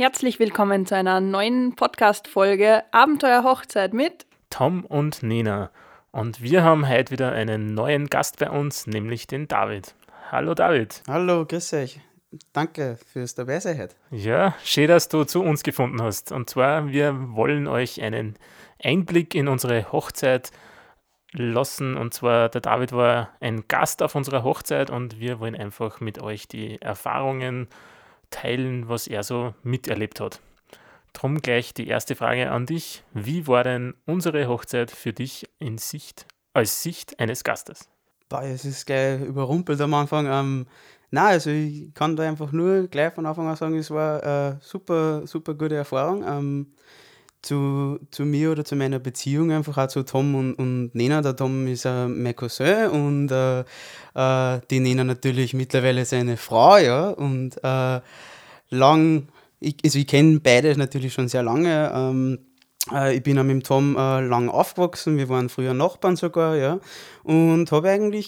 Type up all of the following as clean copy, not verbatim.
Herzlich willkommen zu einer neuen Podcast-Folge Abenteuer Hochzeit mit Tom und Nina. Und wir haben heute wieder einen neuen Gast bei uns, nämlich den David. Hallo David. Hallo, grüß euch. Danke fürs Dabeisein heute. Ja, schön, dass du zu uns gefunden hast. Und zwar, wir wollen euch einen Einblick in unsere Hochzeit lassen. Und zwar, der David war ein Gast auf unserer Hochzeit und wir wollen einfach mit euch die Erfahrungen teilen, was er so miterlebt hat. Drum gleich die erste Frage an dich. Wie war denn unsere Hochzeit für dich als Sicht eines Gastes? Es ist gleich überrumpelt am Anfang. Nein, also ich kann da einfach nur gleich von Anfang an sagen, es war eine super, super gute Erfahrung. Zu mir oder zu meiner Beziehung, einfach auch zu Tom und Nena. Der Tom ist mein Cousin und die Nena natürlich mittlerweile seine Frau, ja. Und ich kenne beide natürlich schon sehr lange. Ich bin auch mit dem Tom lang aufgewachsen, wir waren früher Nachbarn sogar, ja. Und habe eigentlich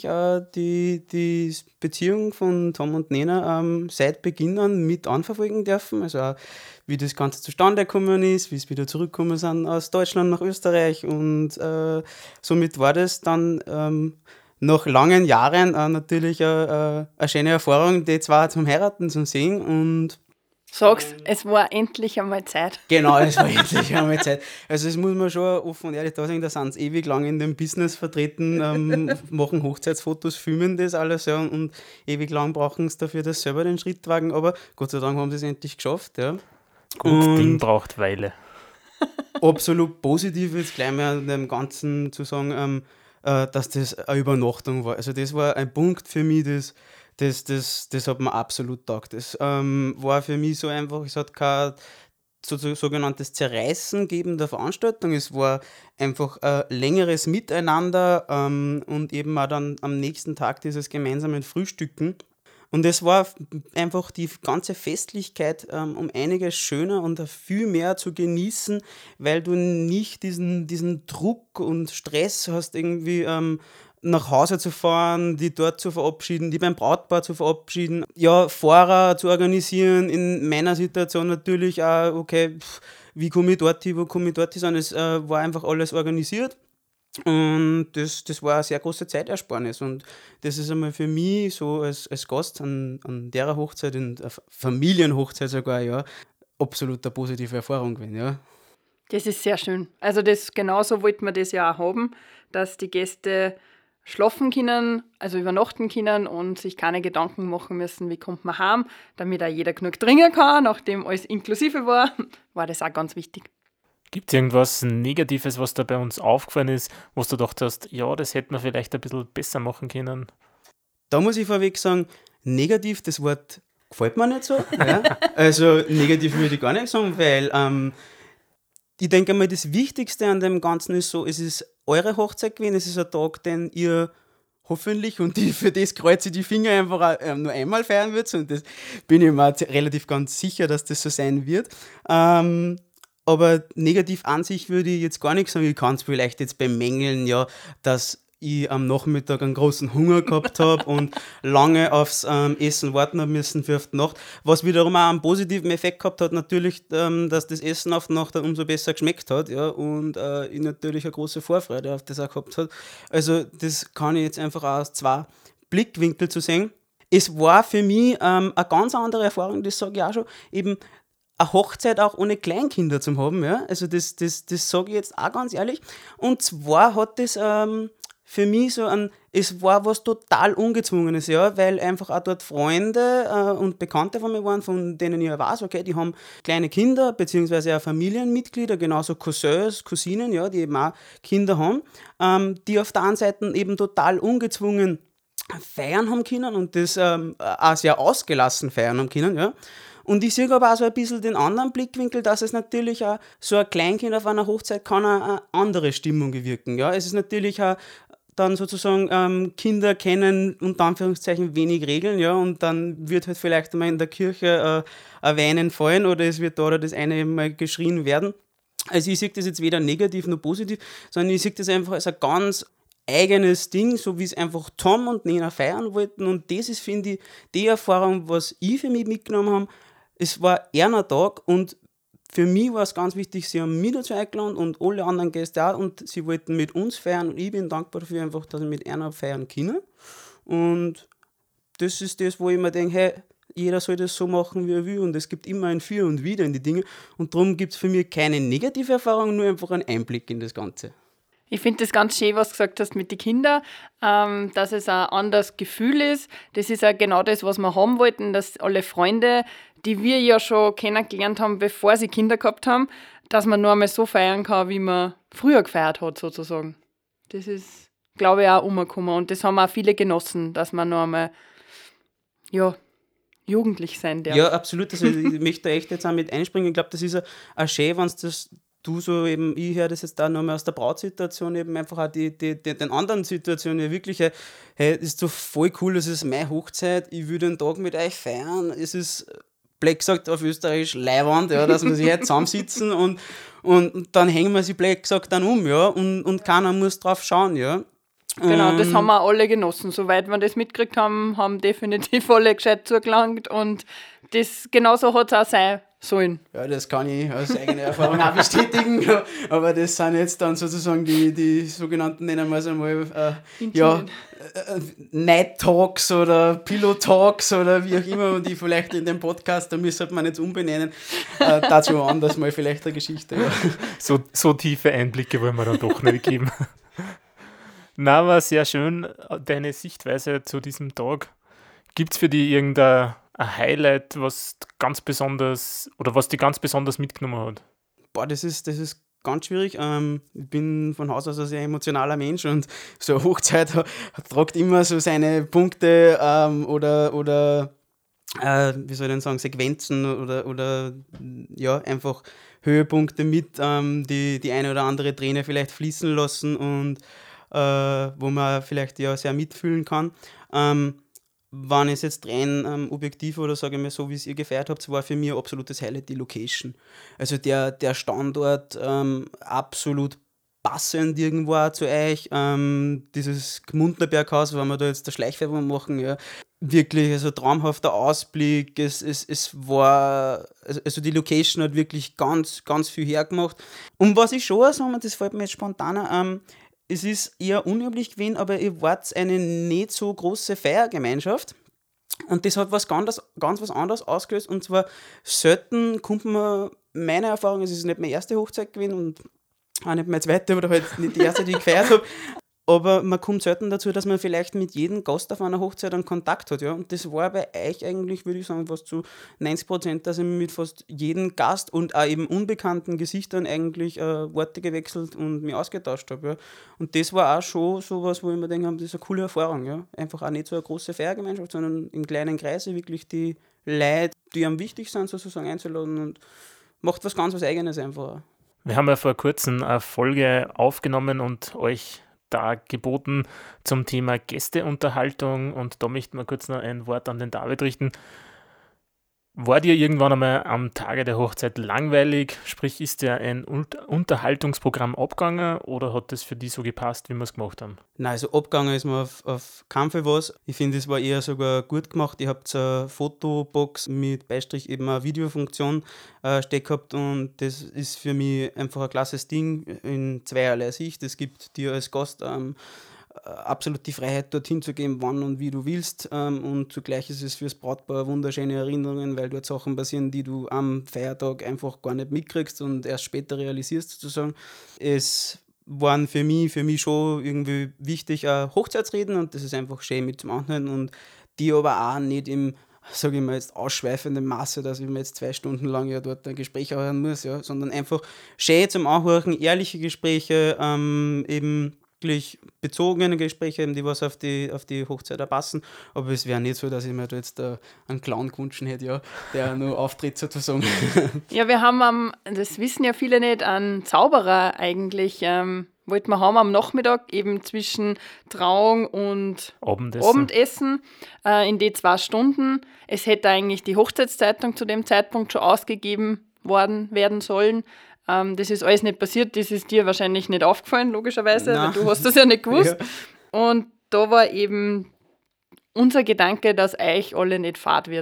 die Beziehung von Tom und Nena seit Beginn an mit anverfolgen dürfen. Also auch, wie das Ganze zustande gekommen ist, wie es wieder zurückgekommen sind aus Deutschland nach Österreich. Und somit war das dann nach langen Jahren natürlich eine schöne Erfahrung, die zwei zum Heiraten zu sehen. Und Sagst, es war endlich einmal Zeit. genau, es war endlich einmal Zeit. Also das muss man schon offen und ehrlich da sagen, da sind sie ewig lang in dem Business vertreten, machen Hochzeitsfotos, filmen das alles, ja, und ewig lang brauchen sie dafür, das selber den Schritt wagen, aber Gott sei Dank haben sie es endlich geschafft. Ja. Gut Ding braucht Weile. Absolut positiv jetzt gleich mal an dem Ganzen zu sagen, dass das eine Übernachtung war. Also das war ein Punkt für mich, das hat mir absolut taugt. Das war für mich so einfach, es hat kein sogenanntes Zerreißen gegeben der Veranstaltung. Es war einfach ein längeres Miteinander und eben auch dann am nächsten Tag dieses gemeinsamen Frühstücken. Und es war einfach die ganze Festlichkeit um einiges schöner und viel mehr zu genießen, weil du nicht diesen Druck und Stress hast, irgendwie nach Hause zu fahren, die dort zu verabschieden, die beim Brautpaar zu verabschieden, ja, Fahrer zu organisieren, in meiner Situation natürlich auch, okay, wie komme ich dort hin, wo komme ich dort hin, es war einfach alles organisiert. Und das war eine sehr große Zeitersparnis und das ist einmal für mich so als Gast an der Hochzeit, in der Familienhochzeit sogar, ja, absolut eine positive Erfahrung gewesen, ja. Das ist sehr schön. Also genauso wollten wir das ja auch haben, dass die Gäste schlafen können, also übernachten können und sich keine Gedanken machen müssen, wie kommt man heim, damit auch jeder genug trinken kann, nachdem alles inklusive war das auch ganz wichtig. Gibt es irgendwas Negatives, was da bei uns aufgefallen ist, wo du gedacht hast, ja, das hätte man vielleicht ein bisschen besser machen können? Da muss ich vorweg sagen, negativ, das Wort gefällt mir nicht so. Ja? Also negativ würde ich gar nicht sagen, weil ich denke mal, das Wichtigste an dem Ganzen ist so, es ist eure Hochzeit gewesen, es ist ein Tag, den ihr hoffentlich, und für das kreuze ich die Finger einfach nur einmal feiern wird, und das bin ich mir relativ ganz sicher, dass das so sein wird. Aber negativ an sich würde ich jetzt gar nicht sagen. Ich kann es vielleicht jetzt bemängeln, ja, dass ich am Nachmittag einen großen Hunger gehabt habe und lange aufs Essen warten habe müssen für die Nacht. Was wiederum auch einen positiven Effekt gehabt hat, natürlich, dass das Essen auf die Nacht dann umso besser geschmeckt hat, ja, und ich natürlich eine große Vorfreude auf das auch gehabt hat. Also das kann ich jetzt einfach aus zwei Blickwinkeln zu sehen. Es war für mich eine ganz andere Erfahrung, das sage ich auch schon, eben eine Hochzeit auch ohne Kleinkinder zu haben, ja, also das sage ich jetzt auch ganz ehrlich. Und zwar hat das für mich es war was total Ungezwungenes, ja, weil einfach auch dort Freunde und Bekannte von mir waren, von denen ich ja weiß, okay, die haben kleine Kinder, beziehungsweise auch Familienmitglieder, genauso Cousins, Cousinen, ja, die eben auch Kinder haben, die auf der einen Seite eben total ungezwungen feiern haben können und das auch sehr ausgelassen feiern haben können, ja. Und ich sehe aber auch so ein bisschen den anderen Blickwinkel, dass es natürlich auch so ein Kleinkind auf einer Hochzeit kann auch eine andere Stimmung bewirken. Ja? Es ist natürlich auch dann sozusagen Kinder kennen unter Anführungszeichen wenig Regeln, ja, und dann wird halt vielleicht einmal in der Kirche ein Weinen fallen oder es wird da oder das eine eben mal geschrien werden. Also ich sehe das jetzt weder negativ noch positiv, sondern ich sehe das einfach als ein ganz eigenes Ding, so wie es einfach Tom und Nena feiern wollten, und das ist, finde ich, die Erfahrung, was ich für mich mitgenommen habe. es war einer Tag und für mich war es ganz wichtig, sie haben mich dazu eingeladen und alle anderen Gäste auch und sie wollten mit uns feiern und ich bin dankbar dafür einfach, dass ich mit einer feiern kann. Und das ist das, wo ich mir denke, hey, jeder soll das so machen, wie er will und es gibt immer ein Für und Wider in die Dinge und darum gibt es für mich keine negative Erfahrung, nur einfach einen Einblick in das Ganze. Ich finde das ganz schön, was du gesagt hast mit den Kindern, dass es ein anderes Gefühl ist. Das ist auch genau das, was wir haben wollten, dass alle Freunde, die wir ja schon kennengelernt haben, bevor sie Kinder gehabt haben, dass man nur einmal so feiern kann, wie man früher gefeiert hat, sozusagen. Das ist, glaube ich, auch umgekommen. Und das haben auch viele genossen, dass man noch einmal, ja, jugendlich sein darf. Ja, absolut. Also ich möchte da echt jetzt auch mit einspringen. Ich glaube, das ist auch schön, wenn du so eben, ich höre das jetzt da nochmal aus der Brautsituation eben einfach auch den anderen Situationen ja wirklich, hey, das ist so voll cool, das ist meine Hochzeit, ich will den Tag mit euch feiern, es ist, blöd gesagt auf Österreichisch, leiwand, ja, dass wir sich halt zusammensitzen und dann hängen wir sie blöd gesagt dann ja, und keiner muss drauf schauen, ja. Genau, das haben wir auch alle genossen. Soweit wir das mitgekriegt haben, haben definitiv alle gescheit zugelangt und das genauso hat es auch sein sollen. Ja, das kann ich aus eigener Erfahrung auch bestätigen, ja, aber das sind jetzt dann sozusagen die sogenannten, nennen wir es einmal, Night Talks oder Pillow Talks oder wie auch immer, die vielleicht in dem Podcast, da müsste man jetzt umbenennen, dazu anders mal vielleicht eine Geschichte. Ja. So tiefe Einblicke wollen wir dann doch nicht geben. Na, war sehr schön, deine Sichtweise zu diesem Tag. Gibt es für dich irgendein Highlight, was ganz besonders oder was dich ganz besonders mitgenommen hat? Boah, das ist ganz schwierig. Ich bin von Haus aus ein sehr emotionaler Mensch und so eine Hochzeit tragt immer so seine Punkte oder wie soll ich denn sagen, Sequenzen oder ja, einfach Höhepunkte mit, die eine oder andere Träne vielleicht fließen lassen und wo man vielleicht ja sehr mitfühlen kann. Wenn ich es jetzt rein objektiv oder sage ich mal so, wie es ihr gefeiert habt, war für mich ein absolutes Highlight die Location. Also der Standort absolut passend irgendwo auch zu euch. Dieses Gmundnerberghaus, wenn wir da jetzt der Schleichwerbung machen, ja, wirklich, also traumhafter Ausblick. Es war, also die Location hat wirklich ganz, ganz viel hergemacht. Und was ich schon sagen, das fällt mir jetzt spontan, es ist eher unüblich gewesen, aber ihr wart eine nicht so große Feiergemeinschaft. Und das hat ganz was anderes ausgelöst. Und zwar selten kommt man, meine Erfahrung, es ist nicht meine erste Hochzeit gewesen und auch nicht meine zweite oder halt nicht die erste, die ich gefeiert habe. Aber man kommt selten dazu, dass man vielleicht mit jedem Gast auf einer Hochzeit einen Kontakt hat. Ja? Und das war bei euch eigentlich, würde ich sagen, fast zu 90%, dass ich mit fast jedem Gast und auch eben unbekannten Gesichtern eigentlich Worte gewechselt und mich ausgetauscht habe. Ja? Und das war auch schon sowas, wo ich mir denke, das ist eine coole Erfahrung. Ja? Einfach auch nicht so eine große Feiergemeinschaft, sondern im kleinen Kreise wirklich die Leute, die am wichtig sind, sozusagen einzuladen und macht was ganz was Eigenes einfach. Wir haben ja vor kurzem eine Folge aufgenommen und euch da geboten zum Thema Gästeunterhaltung und da möchten wir kurz noch ein Wort an den David richten. War dir irgendwann einmal am Tage der Hochzeit langweilig? Sprich, ist dir ein Unterhaltungsprogramm abgegangen oder hat das für dich so gepasst, wie wir es gemacht haben? Nein, also abgegangen ist mir auf keinen Fall was. Ich finde, es war eher sogar gut gemacht. Ihr habt eine Fotobox mit Beistrich eben eine Videofunktion steckt gehabt und das ist für mich einfach ein klasses Ding in zweierlei Sicht. Es gibt dir als Gast absolut die Freiheit, dorthin zu gehen, wann und wie du willst. Und zugleich ist es fürs Brautpaar wunderschöne Erinnerungen, weil dort Sachen passieren, die du am Feiertag einfach gar nicht mitkriegst und erst später realisierst sozusagen. Es waren für mich schon irgendwie wichtig Hochzeitsreden und das ist einfach schön mit zum Anhören und die aber auch nicht im, sage ich mal jetzt, ausschweifenden Maße, dass ich mir jetzt 2 Stunden lang ja dort ein Gespräch hören muss, ja, sondern einfach schön zum Anhören, ehrliche Gespräche, eben bezogene Gespräche, die was auf die Hochzeit auch passen. Aber es wäre nicht so, dass ich mir da jetzt einen Clown gewünscht hätte, ja, der nur auftritt sozusagen. Ja, wir haben, das wissen ja viele nicht, einen Zauberer eigentlich, wollten wir haben am Nachmittag eben zwischen Trauung und Abendessen in die 2 Stunden. Es hätte eigentlich die Hochzeitszeitung zu dem Zeitpunkt schon ausgegeben werden sollen. Das ist alles nicht passiert, das ist dir wahrscheinlich nicht aufgefallen, logischerweise, weil du hast das ja nicht gewusst. Ja. Und da war eben unser Gedanke, dass euch alle nicht fad wird.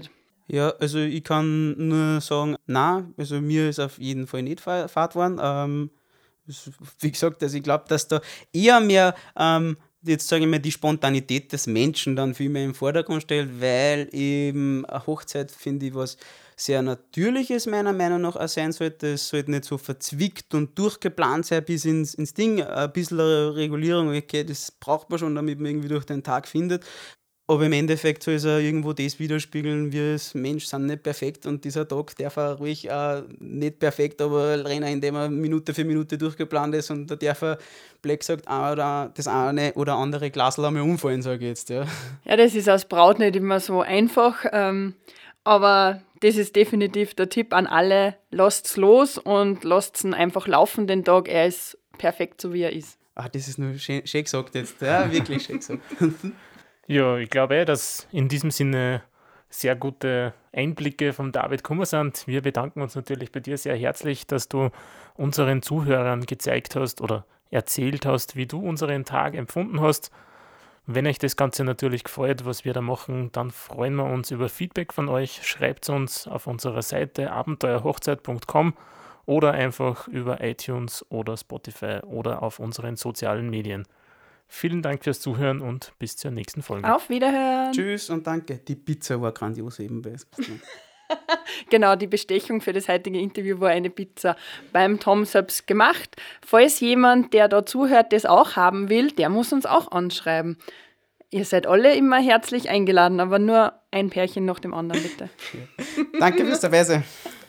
Ja, also ich kann nur sagen, nein, also mir ist auf jeden Fall nicht Fahrt worden. Wie gesagt, also ich glaube, dass da eher mehr, jetzt sage ich mal, die Spontanität des Menschen dann viel mehr im Vordergrund stellt, weil eben eine Hochzeit, finde ich, was sehr Natürliches meiner Meinung nach auch sein sollte. Es sollte nicht so verzwickt und durchgeplant sein bis ins Ding. Ein bisschen eine Regulierung, okay, das braucht man schon, damit man irgendwie durch den Tag findet. Aber im Endeffekt soll es auch irgendwo das widerspiegeln, wir als Mensch sind nicht perfekt und dieser Tag darf auch ruhig nicht perfekt, aber rennen, indem er Minute für Minute durchgeplant ist und da darf er, Black gesagt, das eine oder andere Glasl einmal umfallen, sage ich jetzt. Ja, Ja, das ist als Braut nicht immer so einfach, aber das ist definitiv der Tipp an alle, lasst's los und lasst's ihn einfach laufen den Tag, er ist perfekt so wie er ist. Das ist nur schön gesagt jetzt, ja, wirklich schön gesagt. Ja, ich glaube dass in diesem Sinne sehr gute Einblicke von David gekommen sind. Wir bedanken uns natürlich bei dir sehr herzlich, dass du unseren Zuhörern gezeigt hast oder erzählt hast, wie du unseren Tag empfunden hast. Wenn euch das Ganze natürlich gefällt, was wir da machen, dann freuen wir uns über Feedback von euch. Schreibt uns auf unserer Seite abenteuerhochzeit.com oder einfach über iTunes oder Spotify oder auf unseren sozialen Medien. Vielen Dank fürs Zuhören und bis zur nächsten Folge. Auf Wiederhören. Tschüss und danke. Die Pizza war grandios eben. Genau, die Bestechung für das heutige Interview war eine Pizza beim Tom selbst gemacht. Falls jemand, der da zuhört, das auch haben will, der muss uns auch anschreiben. Ihr seid alle immer herzlich eingeladen, aber nur ein Pärchen nach dem anderen, bitte. Danke fürs Dabeisein.